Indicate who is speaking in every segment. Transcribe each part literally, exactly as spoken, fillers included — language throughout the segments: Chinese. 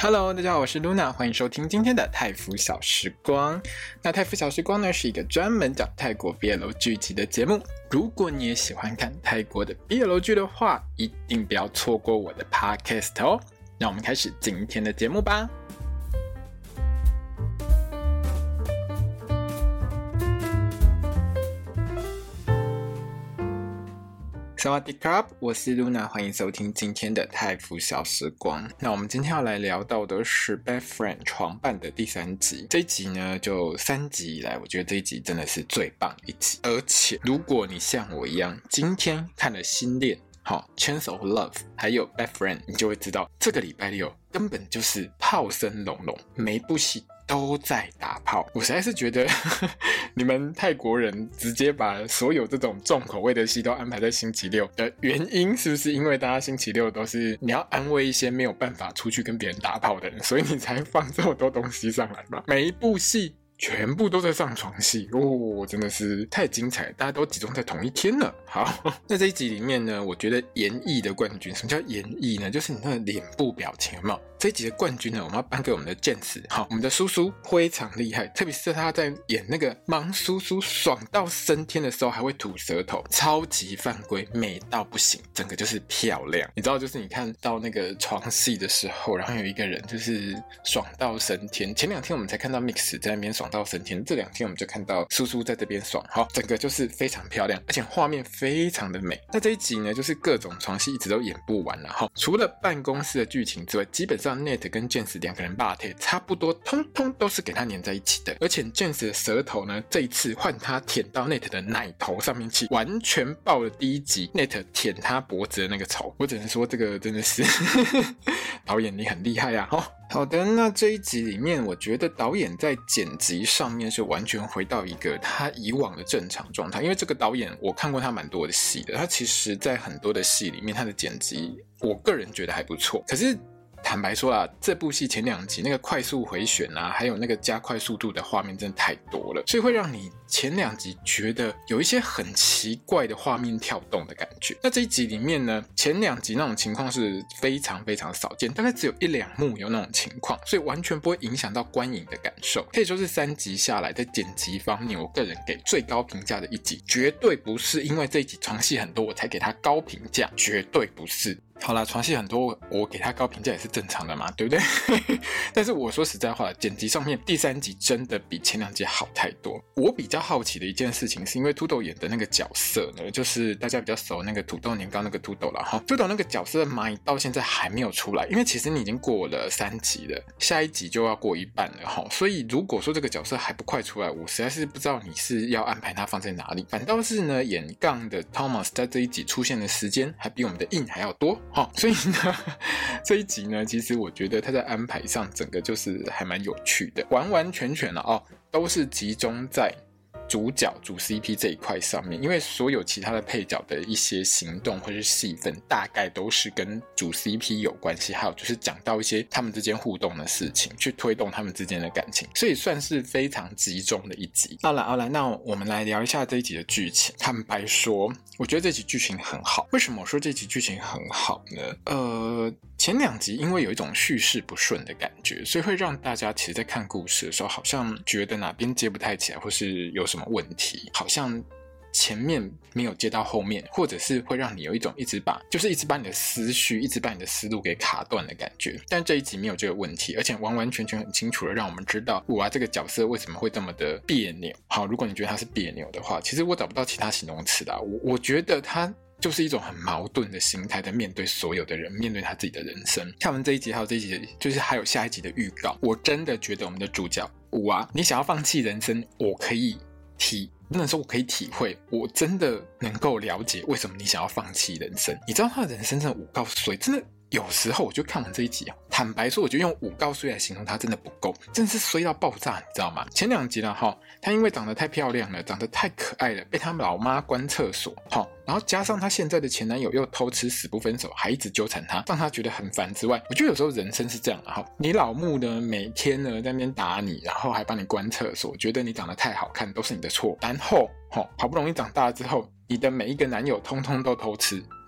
Speaker 1: Hello， 大家好，我是 Luna， 欢迎收听今天的泰服小时光。那泰服小时光呢，是一个专门讲泰国 B L 剧集的节目。如果你也喜欢看泰国的 B L 剧的话，一定不要错过我的 Podcast 哦。那我们开始今天的节目吧。萨瓦迪卡，我是 Luna， 欢迎收听今天的泰服小时光。那我们今天要来聊到的是 Best Friend 床伴的第三集。这一集呢，就三集以来，我觉得这一集真的是最棒的一集。而且，如果你像我一样，今天看了新恋、好 Chance of Love， 还有 Best Friend， 你就会知道，这个礼拜六根本就是炮声隆隆，每部戏都在打炮。我实在是觉得呵呵你们泰国人直接把所有这种重口味的戏都安排在星期六的原因，是不是因为大家星期六都是你要安慰一些没有办法出去跟别人打炮的人，所以你才放这么多东西上来吧？每一部戏全部都在上床戏哦，真的是太精彩，大家都集中在同一天了。好，那这一集里面呢，我觉得演绎的冠军，什么叫演绎呢？就是你那个脸部表情，有没有？这一集的冠军呢，我们要颁给我们的剑士，好，我们的叔叔非常厉害，特别是他在演那个盲叔叔爽到升天的时候，还会吐舌头，超级犯规，美到不行，整个就是漂亮。你知道，就是你看到那个床戏的时候，然后有一个人就是爽到升天。前两天我们才看到 Mix 在那边爽到升天，这两天我们就看到叔叔在这边爽，好，整个就是非常漂亮，而且画面非常的美。那这一集呢，就是各种床戏一直都演不完了哈。除了办公室的剧情之外，基本上Net 跟 James 两个人霸贴差不多，通通都是给他粘在一起的。而且 James 的舌头呢，这一次换他舔到 Net 的奶头上面去，完全爆了第一集 Net 舔他脖子的那个仇。我只能说这个真的是导演你很厉害啊！哦，好的，那这一集里面，我觉得导演在剪辑上面是完全回到一个他以往的正常状态。因为这个导演我看过他蛮多的戏的，他其实在很多的戏里面，他的剪辑我个人觉得还不错。可是坦白说啦，这部戏前两集那个快速回旋啊，还有那个加快速度的画面真的太多了，所以会让你前两集觉得有一些很奇怪的画面跳动的感觉。那这一集里面呢，前两集那种情况是非常非常少见，大概只有一两幕有那种情况，所以完全不会影响到观影的感受。可以说是三集下来在剪辑方面，我个人给最高评价的一集，绝对不是因为这一集床戏很多我才给他高评价，绝对不是。好啦，床戏很多，我给他高评价也是正常的嘛，对不对？但是我说实在话，剪辑上面第三集真的比前两集好太多。我比较好奇的一件事情，是因为土豆演的那个角色呢，就是大家比较熟那个土豆年糕那个土豆啦哈，土豆那个角色的蚂蚁到现在还没有出来，因为其实你已经过了三集了，下一集就要过一半了哈，所以如果说这个角色还不快出来，我实在是不知道你是要安排他放在哪里。反倒是呢，演杠的 Thomas 在这一集出现的时间还比我们的 In 还要多。哦，所以呢，这一集呢，其实我觉得他在安排上整个就是还蛮有趣的，完完全全了哦，都是集中在主角主 C P 这一块上面，因为所有其他的配角的一些行动或是戏份，大概都是跟主 C P 有关系，还有就是讲到一些他们之间互动的事情，去推动他们之间的感情，所以算是非常集中的一集。好了好了，那我们来聊一下这一集的剧情。坦白说，我觉得这集剧情很好。为什么我说这集剧情很好呢？呃，前两集因为有一种叙事不顺的感觉，所以会让大家其实在看故事的时候，好像觉得哪边接不太起来，或是有什么问题，好像前面没有接到后面，或者是会让你有一种一直把就是一直把你的思绪一直把你的思路给卡断的感觉。但这一集没有这个问题，而且完完全全很清楚的让我们知道哇这个角色为什么会这么的别扭。好，如果你觉得他是别扭的话，其实我找不到其他形容词啦，我我觉得他就是一种很矛盾的心态在面对所有的人，面对他自己的人生。看完这一集还有这一集，就是还有下一集的预告，我真的觉得我们的主角五啊，你想要放弃人生，我可以体不能说我可以体会，我真的能够了解为什么你想要放弃人生。你知道他的人生真的五告诉，真的有时候我就看完这一集啊，坦白说我就用五告衰来形容他真的不够，真的是衰到爆炸，你知道吗？前两集了哈，他因为长得太漂亮了，长得太可爱了，被他老妈关厕所哈，然后加上他现在的前男友又偷吃死不分手，还一直纠缠他，让他觉得很烦之外，我觉得有时候人生是这样的哈，你老母呢每天呢在那边打你，然后还帮你关厕所，觉得你长得太好看都是你的错，然后好不容易长大之后，你的每一个男友通通都偷吃，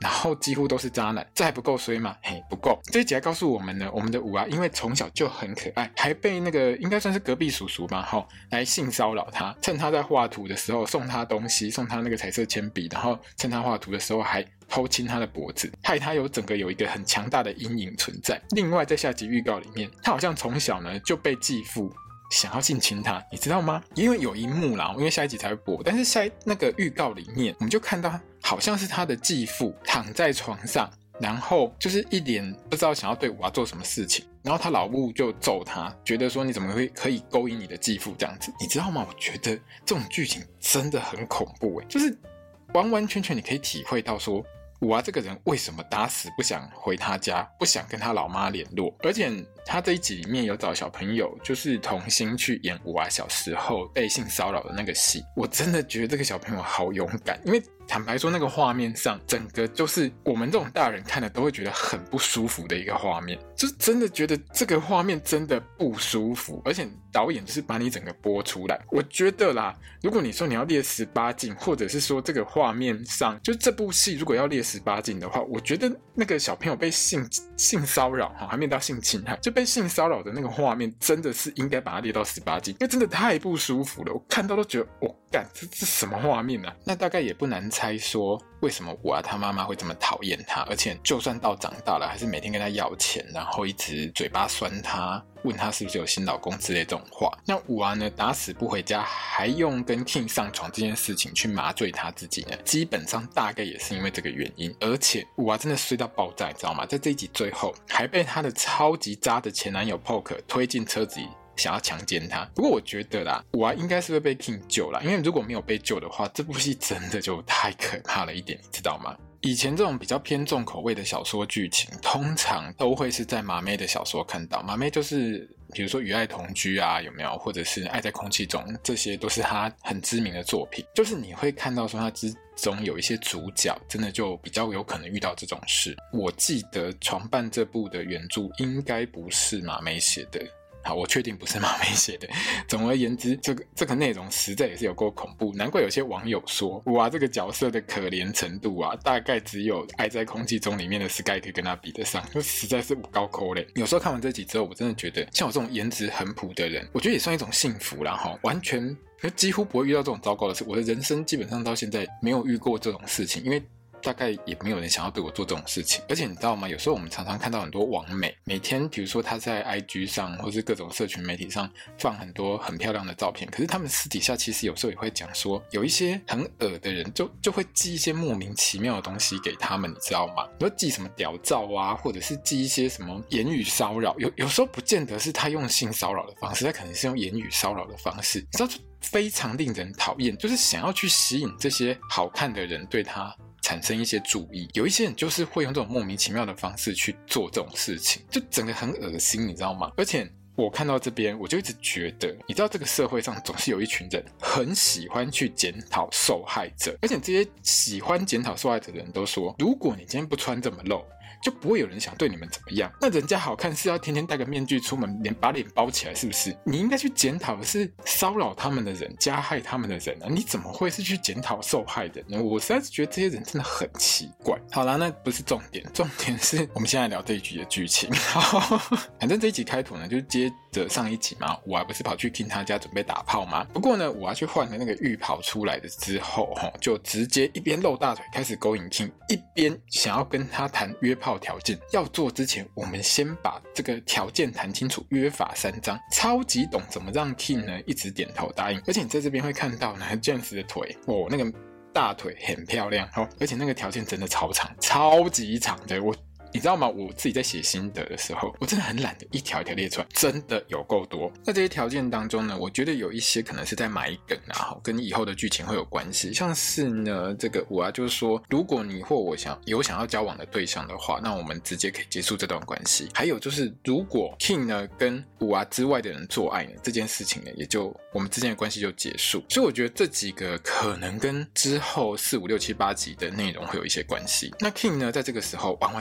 Speaker 1: 然后几乎都是渣男，这还不够衰吗？嘿，不够。这一集还告诉我们呢，我们的五啊，因为从小就很可爱，还被那个应该算是隔壁叔叔吧，齁，来性骚扰他，趁他在画图的时候送他东西，送他那个彩色铅笔，然后趁他画图的时候还偷亲他的脖子，害他有整个有一个很强大的阴影存在。另外在下集预告里面，他好像从小呢就被继父想要性侵他，你知道吗？因为有一幕啦，因为下一集才会播，但是下那个预告里面我们就看到好像是他的继父躺在床上，然后就是一脸不知道想要对五啊做什么事情，然后他老母就揍他，觉得说你怎么会可以勾引你的继父这样子，你知道吗？我觉得这种剧情真的很恐怖耶，就是完完全全你可以体会到说五啊这个人为什么打死不想回他家，不想跟他老妈联络，而且他这一集里面有找小朋友就是童星去演五啊小时候被性骚扰的那个戏，我真的觉得这个小朋友好勇敢，因为坦白说那个画面上整个就是我们这种大人看了都会觉得很不舒服的一个画面，就是真的觉得这个画面真的不舒服，而且导演就是把你整个播出来。我觉得啦，如果你说你要列十八禁，或者是说这个画面上就这部戏如果要列十八禁的话，我觉得那个小朋友被性性骚扰还没到性侵害，就被性骚扰的那个画面真的是应该把它列到十八禁，因为真的太不舒服了，我看到都觉得我干这这什么画面啊。那大概也不难猜说为什么五啊他妈妈会这么讨厌他，而且就算到长大了还是每天跟他要钱，然后一直嘴巴酸他，问他是不是有新老公之类这种话。那五啊呢打死不回家，还用跟 King 上床这件事情去麻醉他自己呢，基本上大概也是因为这个原因。而且五啊真的衰到爆炸，你知道吗？在这一集最后还被他的超级渣的前男友 Poke 推进车子里想要强奸他。不过我觉得啦，五啊应该是会被 King 救啦，因为如果没有被救的话，这部戏真的就太可怕了一点，你知道吗？以前这种比较偏重口味的小说剧情，通常都会是在马妹的小说看到。马妹就是比如说《与爱同居》啊，有没有？或者是《爱在空气中》，这些都是她很知名的作品。就是你会看到说她之中有一些主角真的就比较有可能遇到这种事。我记得《床伴》这部的原著应该不是马妹写的。好，我确定不是马妹写的。总而言之，这个这个内容实在也是有够恐怖，难怪有些网友说，哇，这个角色的可怜程度啊，大概只有《爱在空气中》里面的 Sky 可以跟他比得上，就实在是有够可怜。有时候看完这集之后，我真的觉得，像我这种颜值很普的人，我觉得也算一种幸福啦齁，完全几乎不会遇到这种糟糕的事。我的人生基本上到现在没有遇过这种事情，因为大概也没有人想要对我做这种事情。而且你知道吗，有时候我们常常看到很多网美每天比如说他在 I G 上或是各种社群媒体上放很多很漂亮的照片，可是他们私底下其实有时候也会讲说，有一些很恶的人就就会寄一些莫名其妙的东西给他们，你知道吗？你说寄什么屌照啊，或者是寄一些什么言语骚扰，有有时候不见得是他用性骚扰的方式，他可能是用言语骚扰的方式，你知道非常令人讨厌，就是想要去吸引这些好看的人对他产生一些注意。有一些人就是会用这种莫名其妙的方式去做这种事情，就整个很恶心，你知道吗？而且我看到这边我就一直觉得，你知道这个社会上总是有一群人很喜欢去检讨受害者，而且这些喜欢检讨受害者的人都说，如果你今天不穿这么露，就不会有人想对你们怎么样。那人家好看是要天天戴个面具出门，脸把脸包起来，是不是？你应该去检讨的是骚扰他们的人，加害他们的人啊！你怎么会是去检讨受害的呢？我实在是觉得这些人真的很奇怪。好啦，那不是重点，重点是我们现在聊这一集的剧情。反正这一集开头呢，就接着上一集嘛，我啊不是跑去 King 他家准备打炮吗？不过呢，我啊去换了那个浴袍出来的之后，就直接一边露大腿开始勾引 King， 一边想要跟他谈约炮条件。要做之前，我们先把这个条件谈清楚，约法三章。超级懂怎么让 King 呢一直点头答应。而且你在这边会看到呢 James 的腿，哦，那个大腿很漂亮，哦，而且那个条件真的超长，超级长的。我你知道吗？我自己在写心得的时候，我真的很懒得一条一条列出来，真的有够多。那这些条件当中呢，我觉得有一些可能是在埋梗啊，跟以后的剧情会有关系。像是呢，这个我啊，就是说，如果你或我想有想要交往的对象的话，那我们直接可以结束这段关系。还有就是，如果 King 呢跟我啊之外的人做爱呢，这件事情呢，也就我们之间的关系就结束。所以我觉得这几个可能跟之后四五六七八集的内容会有一些关系。那 King 呢，在这个时候完完全全就是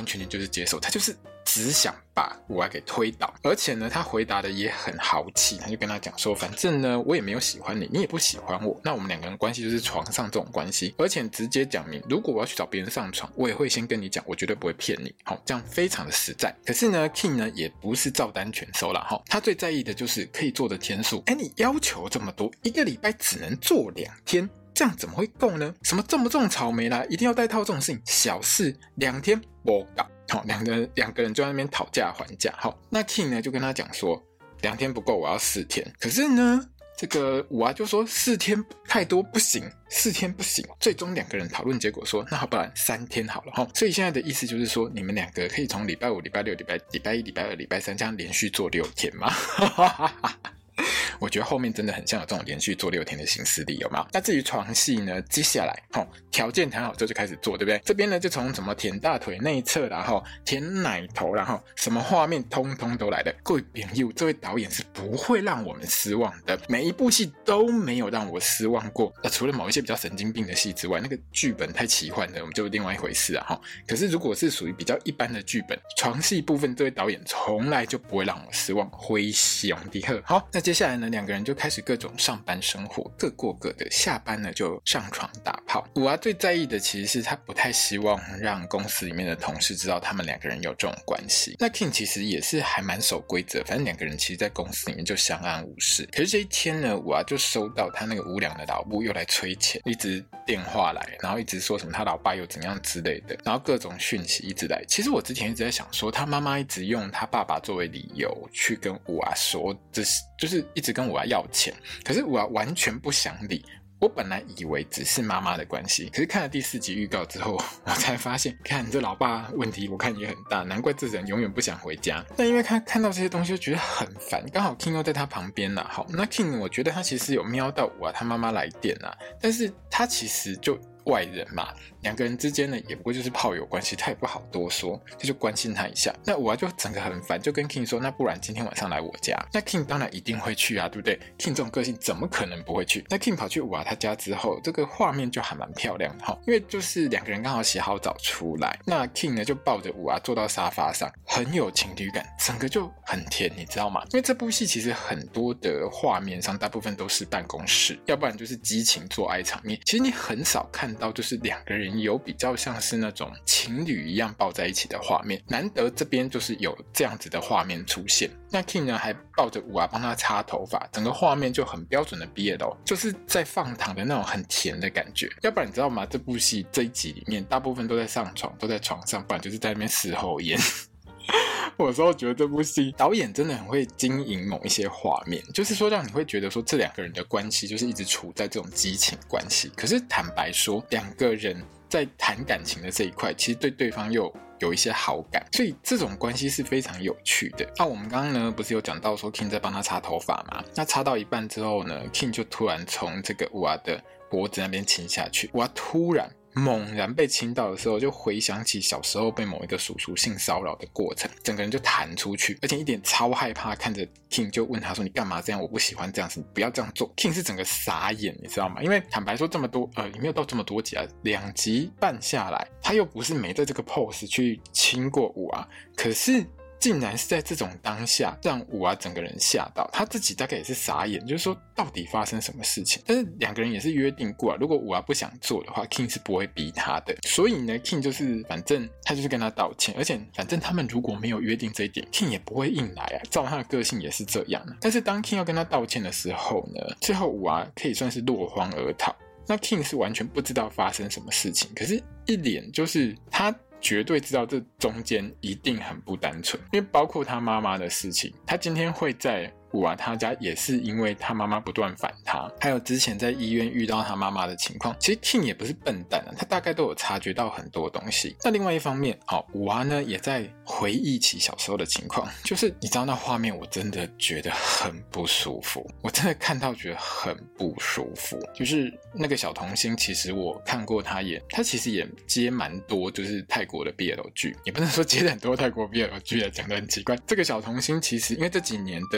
Speaker 1: 就是接受，他就是只想把五娃给推倒，而且呢他回答的也很豪气，他就跟他讲说，反正呢我也没有喜欢你，你也不喜欢我，那我们两个人关系就是床上这种关系，而且直接讲明，如果我要去找别人上床，我也会先跟你讲，我绝对不会骗你，好，这样非常的实在。可是呢 King 呢也不是照单全收啦，他最在意的就是可以做的天数，哎，你要求这么多，一个礼拜只能做两天，这样怎么会够呢？什么种不种草莓啦，一定要带套这种事情，小事两天不搞。好，两个人两个人就在那边讨价还价。好，那 King 呢就跟他讲说，两天不够，我要四天。可是呢，这个五娃就说四天太多不行，四天不行。最终两个人讨论结果说，那好不然三天好了。所以现在的意思就是说，你们两个可以从礼拜五、礼拜六、礼拜礼拜一、礼拜二、礼拜三这样连续做六天吗？我觉得后面真的很像有这种连续做六天的行事历，有没有？那至于床戏呢，接下来齁条件谈好之后就开始做，对不对？这边呢就从什么舔大腿内侧然后舔奶头然后什么画面通通都来了。各位朋友，这位导演是不会让我们失望的，每一部戏都没有让我失望过，呃，除了某一些比较神经病的戏之外，那个剧本太奇幻了，我们就另外一回事啊。可是如果是属于比较一般的剧本，床戏部分这位导演从来就不会让我失望，灰熊的赫。好，那接下来呢两个人就开始各种上班生活，各过各的，下班呢就上床打炮。五娃最在意的其实是他不太希望让公司里面的同事知道他们两个人有这种关系。那 King 其实也是还蛮守规则，反正两个人其实在公司里面就相安无事。可是这一天呢，五娃就收到他那个无良的老母又来催钱，一直电话来，然后一直说什么他老爸又怎样之类的，然后各种讯息一直来。其实我之前一直在想说，他妈妈一直用他爸爸作为理由去跟五娃说，这是就是一直跟五娃要钱，可是五娃完全不想理。我本来以为只是妈妈的关系，可是看了第四集预告之后，我才发现，看这老爸问题我看也很大，难怪这人永远不想回家。但因为看看到这些东西就觉得很烦，刚好 King 又在他旁边啦。好，那 King 我觉得他其实有瞄到五娃他妈妈来电啦，但是他其实就外人嘛，两个人之间呢也不过就是炮友关系，他也不好多说，就就关心他一下。那五娃就整个很烦，就跟 King 说，那不然今天晚上来我家。那 King 当然一定会去啊，对不对？ King 这种个性怎么可能不会去？那 King 跑去五娃他家之后，这个画面就还蛮漂亮的，因为就是两个人刚好洗好澡出来，那 King 呢就抱着五娃坐到沙发上，很有情侣感，整个就很甜，你知道吗？因为这部戏其实很多的画面上大部分都是办公室，要不然就是激情做爱场面，其实你很少看到就是两个人有比较像是那种情侣一样抱在一起的画面，难得这边就是有这样子的画面出现。那 King 呢还抱着五娃帮他擦头发，整个画面就很标准的 B L， 就是在放糖的那种很甜的感觉。要不然你知道吗？这部戏这一集里面大部分都在上床，都在床上，不然就是在那边事后烟。我有时候觉得这部戏导演真的很会经营某一些画面，就是说让你会觉得说这两个人的关系就是一直处在这种激情关系，可是坦白说两个人在谈感情的这一块其实对对方又有一些好感，所以这种关系是非常有趣的。那、啊、我们刚刚呢不是有讲到说 King 在帮他擦头发吗？那擦到一半之后呢， King 就突然从这个五娃的脖子那边亲下去，五娃突然猛然被亲到的时候，就回想起小时候被某一个叔叔性骚扰的过程，整个人就弹出去，而且一点超害怕，看着 King 就问他说，你干嘛这样？我不喜欢这样子，你不要这样做。 King 是整个傻眼，你知道吗？因为坦白说这么多呃，也没有到这么多集啊，两集半下来他又不是没在这个 pose 去亲过五啊，可是竟然是在这种当下让五娃整个人吓到，他自己大概也是傻眼，就是说到底发生什么事情。但是两个人也是约定过啊，如果五娃不想做的话 King 是不会逼他的，所以呢 King 就是反正他就是跟他道歉，而且反正他们如果没有约定这一点 King 也不会硬来啊，照他的个性也是这样啊。但是当 King 要跟他道歉的时候呢，最后五娃可以算是落荒而逃，那 King 是完全不知道发生什么事情，可是一脸就是他绝对知道这中间一定很不单纯，因为包括他妈妈的事情，他今天会在五娃他家也是因为他妈妈不断反他，还有之前在医院遇到他妈妈的情况，其实 King 也不是笨蛋啊，他大概都有察觉到很多东西。那另外一方面，哦，五娃呢也在回忆起小时候的情况，就是你知道那画面我真的觉得很不舒服，我真的看到觉得很不舒服。就是那个小童星，其实我看过他演，他其实也接蛮多就是泰国的 B L 剧，也不能说接很多泰国 B L 剧啊，讲得很奇怪。这个小童星其实因为这几年的泰国 B L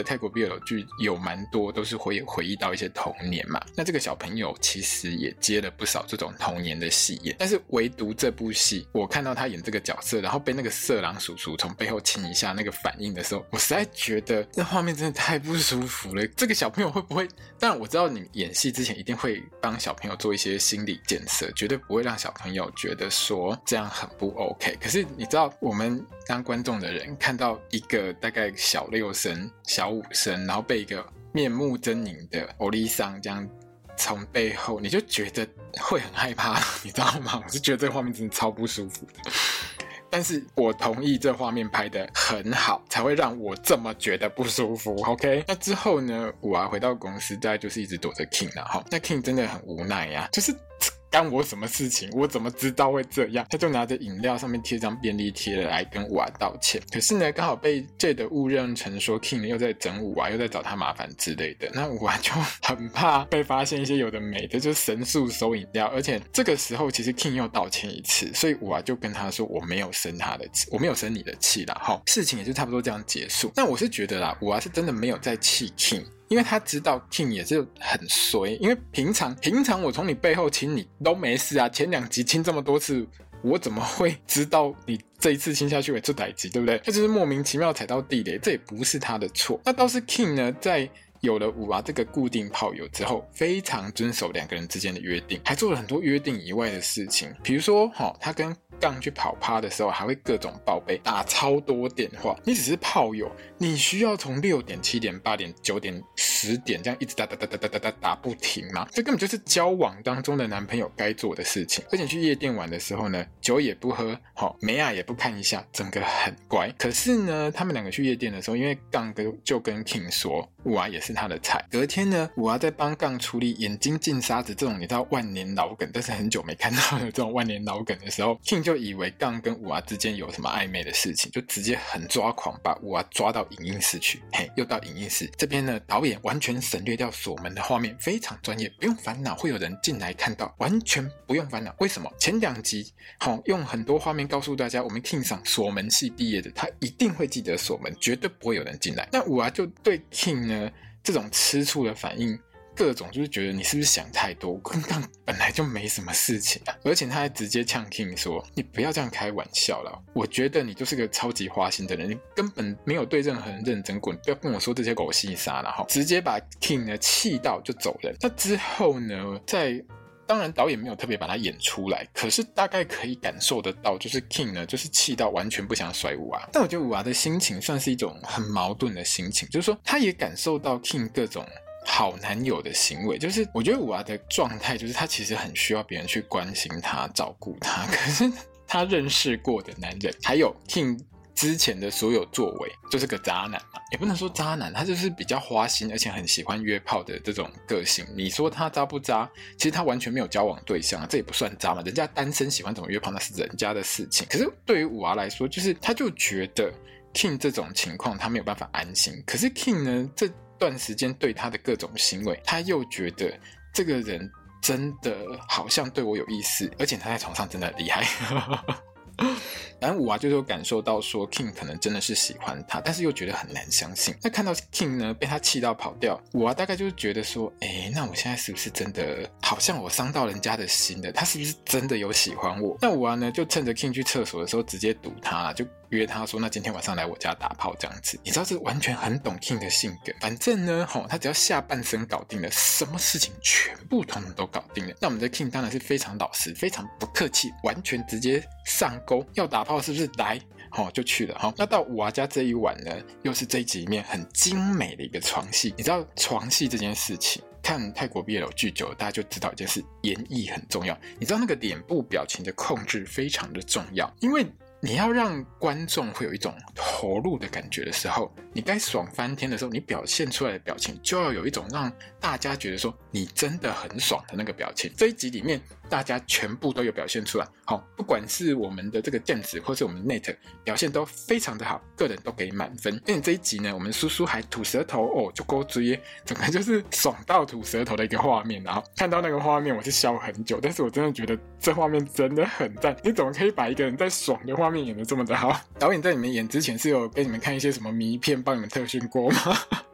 Speaker 1: B L 剧有蛮多都是会回忆到一些童年嘛，那这个小朋友其实也接了不少这种童年的戏演，但是唯独这部戏我看到他演这个角色，然后被那个色狼叔叔从背后亲一下那个反应的时候，我实在觉得这画面真的太不舒服了。这个小朋友会不会，当然我知道你演戏之前一定会帮小朋友做一些心理建设，绝对不会让小朋友觉得说这样很不 OK， 可是你知道我们当观众的人看到一个大概小六生小五生，然后被一个面目狰狞的欧丽桑这样从背后，你就觉得会很害怕，你知道吗？我是觉得这个画面真的超不舒服的，但是我同意这画面拍得很好，才会让我这么觉得不舒服 OK。 那之后呢，我啊回到公司大概就是一直躲着 King 啦，那 King 真的很无奈啊，就是干我什么事情，我怎么知道会这样？他就拿着饮料上面贴张便利贴来跟五娃道歉，可是呢刚好被 Jade 误认成说 King 又在整五娃，又在找他麻烦之类的，那五娃就很怕被发现一些有的没的，就神速收饮料，而且这个时候其实 King 又道歉一次，所以五娃就跟他说我没有生他的气，我没有生你的气啦，齁，事情也就差不多这样结束。那我是觉得啦，五娃是真的没有在气 King，因为他知道 King 也是很衰，因为平常平常我从你背后亲你都没事啊，前两集亲这么多次，我怎么会知道你这一次亲下去会出代志，对不对？他就是莫名其妙踩到地雷，这也不是他的错。那倒是 King 呢，在有了五娃这个固定炮友之后，非常遵守两个人之间的约定，还做了很多约定以外的事情，比如说、哦、他跟杠去跑趴的时候还会各种报备，打超多电话。你只是炮友，你需要从六点七点八点九点十点这样一直打打打打打打打打不停吗？这根本就是交往当中的男朋友该做的事情。而且去夜店玩的时候呢，酒也不喝，好、哦、美亚也不看一下，整个很乖。可是呢他们两个去夜店的时候，因为杠哥就跟 King 说五娃也是他的菜，隔天呢五娃在帮杠处理眼睛进沙子这种你知道万年老梗，但是很久没看到的这种万年老梗的时候， King 就以为杠跟五娃之间有什么暧昧的事情，就直接很抓狂把五娃抓到影音室去。嘿，又到影音室这边呢，导演完全省略掉锁门的画面，非常专业，不用烦恼会有人进来看到，完全不用烦恼。为什么？前两集、哦、用很多画面告诉大家，我们 King 上锁门系毕业的，他一定会记得锁门，绝对不会有人进来。那五娃就对 King 呢这种吃醋的反应，各种就是觉得你是不是想太多，我跟杠本来就没什么事情啊。而且他还直接呛 King 说，你不要这样开玩笑啦，我觉得你就是个超级花心的人，你根本没有对任何人认真过，你不要跟我说这些狗屁啥啦，直接把 King 呢气到就走人。那之后呢，在当然导演没有特别把它演出来，可是大概可以感受得到，就是 King 呢就是气到完全不想甩五娃。但我觉得五娃的心情算是一种很矛盾的心情，就是说他也感受到 King 各种好男友的行为，就是我觉得五娃的状态就是他其实很需要别人去关心他照顾他，可是他认识过的男人还有 King 之前的所有作为就是个渣男嘛，也不能说渣男，他就是比较花心而且很喜欢约炮的这种个性。你说他渣不渣？其实他完全没有交往对象、啊、这也不算渣嘛，人家单身喜欢怎么约炮那是人家的事情。可是对于五娃来说，就是他就觉得 King 这种情况他没有办法安心，可是 King 呢这段时间对他的各种行为，他又觉得这个人真的好像对我有意思，而且他在床上真的很厉害然后五娃就有感受到说 King 可能真的是喜欢他，但是又觉得很难相信。那看到 King 呢被他气到跑掉，五娃大概就是觉得说，诶，那我现在是不是真的好像我伤到人家的心了，他是不是真的有喜欢我？那五娃呢就趁着 King 去厕所的时候直接堵他，就约他说那今天晚上来我家打炮这样子。你知道这完全很懂 King 的性格，反正呢、哦、他只要下半身搞定了，什么事情全部统统都搞定了。那我们的 King 当然是非常老实非常不客气，完全直接上钩，要打炮是不是来哦，就去了、哦、那到五娃家这一晚呢，又是这一集里面很精美的一个床戏。你知道床戏这件事情，看泰国 B L 剧久了大家就知道一件事，演绎很重要。你知道那个脸部表情的控制非常的重要，因为你要让观众会有一种投入的感觉的时候，你该爽翻天的时候，你表现出来的表情就要有一种让大家觉得说你真的很爽的那个表情。这一集里面大家全部都有表现出来，好，不管是我们的这个剑子或是我们 Net 表现都非常的好，个人都给满分。因为这一集呢，我们叔叔还吐舌头哦，就勾追，整个就是爽到吐舌头的一个画面。然后看到那个画面我是笑很久，但是我真的觉得这画面真的很赞。你怎么可以把一个人在爽的画面演得这么的好？导演在你们演之前是有给你们看一些什么迷片帮你们特训过吗？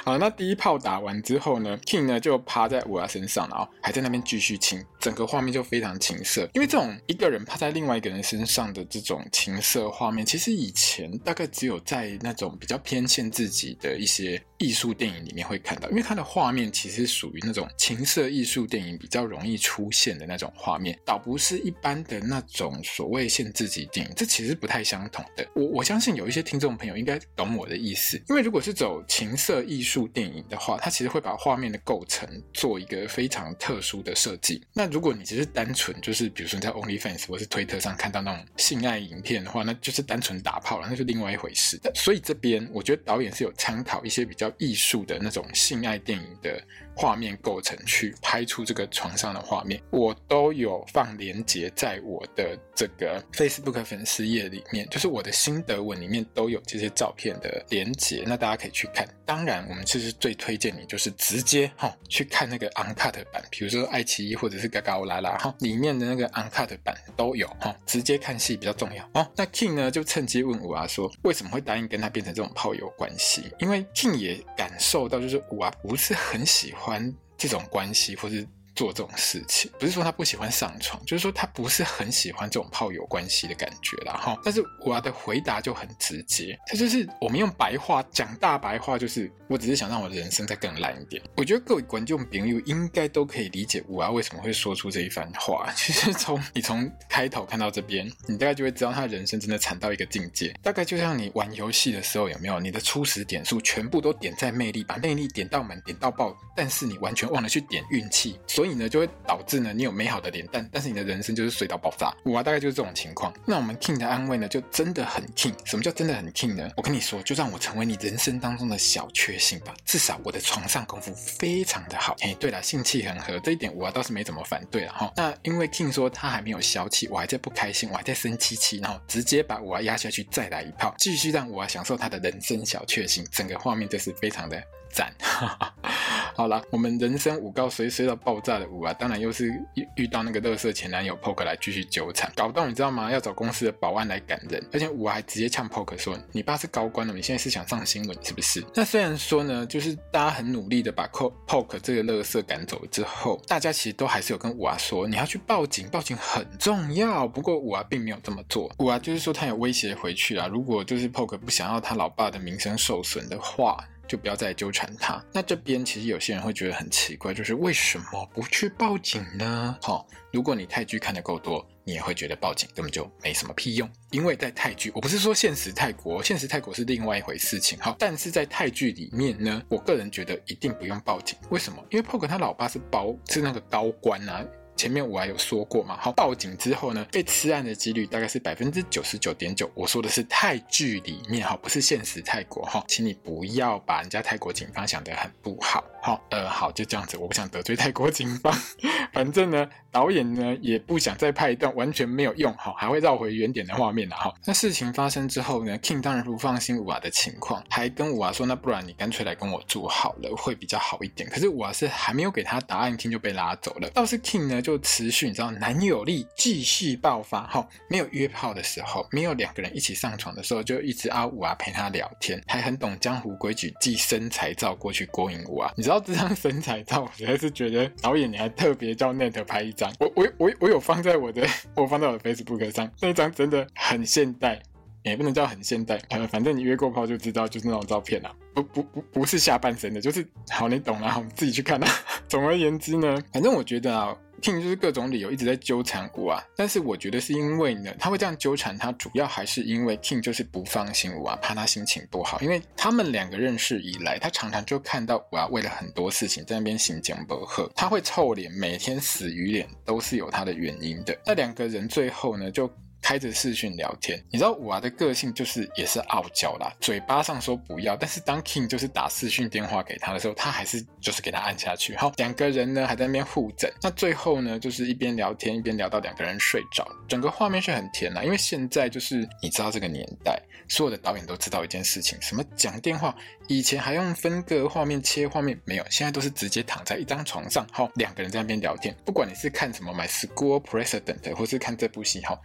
Speaker 1: 好，那第一炮打完之后呢 King 呢就趴在五娃身上，然后还在那边继续亲，整个画面就非常情色。因为这种一个人趴在另外一个人身上的这种情色画面，其实以前大概只有在那种比较偏见自己的一些艺术电影里面会看到，因为它的画面其实属于那种情色艺术电影比较容易出现的那种画面，倒不是一般的那种所谓限制级电影，这其实不太相同的。我我相信有一些听众朋友应该懂我的意思，因为如果是走情色艺术电影的话，它其实会把画面的构成做一个非常特殊的设计。那如果你只是单纯就是比如说你在 OnlyFans 或是推特上看到那种性爱影片的话，那就是单纯打炮了，那是另外一回事。所以这边我觉得导演是有参考一些比较艺术的那种性爱电影的画面构成去拍出这个床上的画面，我都有放连结在我的这个 Facebook 粉丝页里面，就是我的心得文里面都有这些照片的连结，那大家可以去看。当然我们其实最推荐你就是直接、哦、去看那个 Uncut 版，比如说爱奇艺或者是嘎嘎欧拉拉、哦、里面的那个 Uncut 版都有、哦、直接看戏比较重要、哦、那 King 呢就趁机问五娃说为什么会答应跟他变成这种炮友关系，因为 King 也感受到就是五娃不是很喜欢这种关系或是做这种事情，不是说他不喜欢上床，就是说他不是很喜欢这种炮友关系的感觉啦齁。但是我的回答就很直接，他就是我们用白话讲大白话，就是我只是想让我的人生再更烂一点。我觉得各位观众朋友应该都可以理解我为什么会说出这一番话。其实从你从开头看到这边，你大概就会知道他的人生真的惨到一个境界。大概就像你玩游戏的时候，有没有你的初始点数全部都点在魅力，把魅力点到满点到爆，但是你完全忘了去点运气，所以所以呢就会导致呢你有美好的脸蛋，但是你的人生就是衰到爆炸。五娃大概就是这种情况。那我们 King 的安慰呢就真的很 King。 什么叫真的很 King 呢？我跟你说，就让我成为你人生当中的小确幸吧，至少我的床上功夫非常的好。哎，对了，性气很合，这一点五娃倒是没怎么反对了齁。那因为 King 说他还没有消气，我还在不开心，我还在生气气，然后直接把五娃压下去再来一炮，继续让五娃享受他的人生小确幸，整个画面就是非常的赞。好啦，我们人生五告衰衰到爆炸的五啊，当然又是遇到那个垃圾前男友 Poke 来继续纠缠，搞到你知道吗？要找公司的保安来赶人，而且五啊还直接呛 Poke 说：“你爸是高官了，你现在是想上新闻是不是？”那虽然说呢，就是大家很努力的把 Poke 这个垃圾赶走之后，大家其实都还是有跟五啊说：“你要去报警，报警很重要。”不过五啊并没有这么做，五啊就是说他有威胁回去啦，如果就是 Poke 不想要他老爸的名声受损的话，就不要再纠缠他。那这边其实有些人会觉得很奇怪，就是为什么不去报警呢？齁，如果你泰剧看得够多，你也会觉得报警根本就没什么屁用。因为在泰剧，我不是说现实泰国，现实泰国是另外一回事情。好，但是在泰剧里面呢，我个人觉得一定不用报警。为什么？因为 Poke 他老爸是包是那个高官啊。前面我还有说过嘛，好，报警之后呢，被吃案的几率大概是 百分之九十九点九， 我说的是泰剧里面，好，不是现实泰国，好，请你不要把人家泰国警方想得很不好。好，呃，好，就这样子，我不想得罪泰国警方。反正呢，导演呢也不想再拍一段完全没有用，好，还会绕回原点的画面啦。好，那事情发生之后呢 ，King 当然不放心五娃的情况，还跟五娃说，那不然你干脆来跟我住好了，会比较好一点。可是五娃是还没有给他答案 ，King 就被拉走了。倒是 King 呢就持续，你知道，男友力继续爆发。好，没有约炮的时候，没有两个人一起上床的时候，就一直阿五娃陪他聊天，还很懂江湖规矩，寄身材照过去勾引五娃。你知道这张身材照，我实在是觉得导演你还特别叫 Net 拍一张，我我我我有放在我的，我有放在我的 Facebook 上，那一张真的很现代。也不能叫很现代，呃，反正你约过炮就知道，就是那种照片啦，不不不不是下半身的，就是好你懂啦，我们自己去看啦。总而言之呢，反正我觉得啊 ，King 就是各种理由一直在纠缠五啊，但是我觉得是因为呢，他会这样纠缠他，主要还是因为 King 就是不放心五啊，怕他心情不好，因为他们两个认识以来，他常常就看到五啊为了很多事情在那边行将不和，他会臭脸，每天死鱼脸，都是有他的原因的。那两个人最后呢，就开着视讯聊天，你知道五娃的个性就是也是傲娇啦，嘴巴上说不要，但是当 King 就是打视讯电话给他的时候，他还是就是给他按下去。好，两个人呢还在那边互整，那最后呢就是一边聊天一边聊到两个人睡着，整个画面是很甜啦。因为现在就是你知道这个年代，所有的导演都知道一件事情，什么讲电话，以前还用分割画面切画面，没有，现在都是直接躺在一张床上，好，两个人在那边聊天，不管你是看什么 My School President 或是看这部戏，好，昨天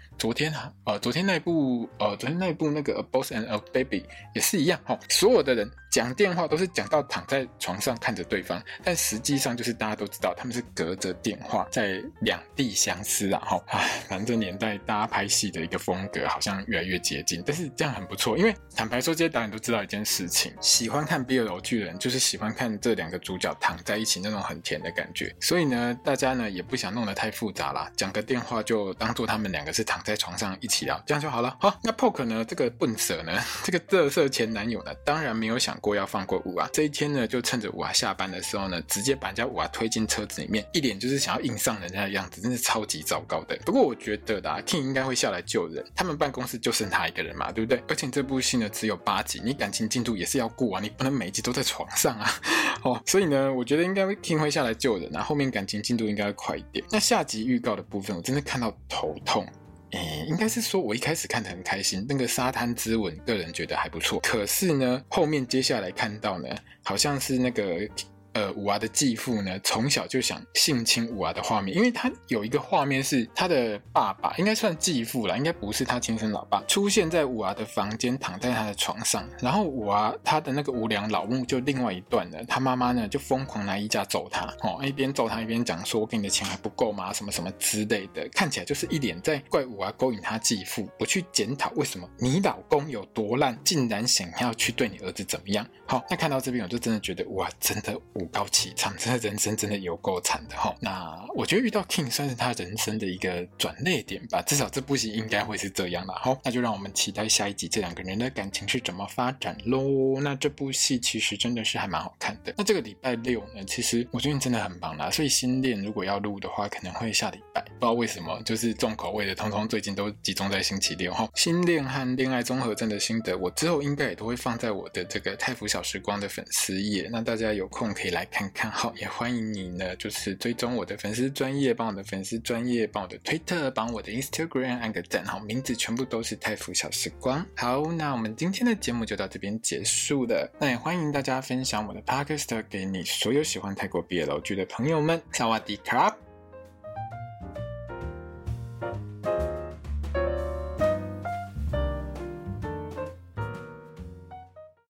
Speaker 1: 天啊，呃，昨天那一部，呃，昨天那一部那个《A Boss and a Baby》也是一样，哦，所有的人讲电话都是讲到躺在床上看着对方，但实际上就是大家都知道他们是隔着电话在两地相思啊，哈，唉，反正这年代大家拍戏的一个风格好像越来越接近，但是这样很不错，因为坦白说，这些导演都知道一件事情，喜欢看 B L 剧的人就是喜欢看这两个主角躺在一起那种很甜的感觉，所以呢，大家呢也不想弄得太复杂啦，讲个电话就当做他们两个是躺在床上一起聊，这样就好了。好，那 Poke 呢，这个笨蛇呢，这个垃圾前男友呢，当然没有想过要放过五啊，这一天呢，就趁着五啊下班的时候呢，直接把人家五啊推进车子里面，一脸就是想要硬上人家的样子，真是超级糟糕的。不过我觉得啦 King 应该会下来救人，他们办公室就剩他一个人嘛，对不对？而且这部戏呢只有八集，你感情进度也是要顾啊，你不能每一集都在床上啊。哦，所以呢，我觉得应该 King 会下来救人啊，后面感情进度应该会快一点。那下集预告的部分，我真的看到头痛。诶，应该是说我一开始看得很开心，那个沙滩之吻个人觉得还不错，可是呢后面接下来看到呢好像是那个呃，五娃的继父呢，从小就想性侵五娃的画面，因为他有一个画面是他的爸爸，应该算继父啦，应该不是他亲生老爸，出现在五娃的房间，躺在他的床上，然后五娃他的那个无良老母就另外一段呢，他妈妈呢就疯狂拿衣架揍他，哦，一边揍他一边讲说，我给你的钱还不够吗？什么什么之类的，看起来就是一脸在怪五娃勾引他继父，不去检讨为什么你老公有多烂，竟然想要去对你儿子怎么样。好，那看到这边我就真的觉得哇，真的武高启昌，真的人生真的有够惨的齁。那我觉得遇到 King 算是他人生的一个转捩点吧，至少这部戏应该会是这样啦。好，那就让我们期待下一集这两个人的感情是怎么发展咯。那这部戏其实真的是还蛮好看的。那这个礼拜六呢，其实我最近真的很忙啦，所以新恋如果要录的话，可能会下礼拜，不知道为什么，就是重口味的通通最近都集中在星期六齁。新恋和恋爱综合症的心得，我之后应该也都会放在我的这个太福小时光的粉丝页，那大家有空可以来看看。好，也欢迎你呢，就是追踪我的粉丝专页，帮我的粉丝专页，帮我的推特，帮我的 Instagram 按个赞，好，名字全部都是太福小时光。好，那我们今天的节目就到这边结束了。那也欢迎大家分享我的 Podcast 给你所有喜欢泰国 B L 剧的朋友们。萨瓦迪卡。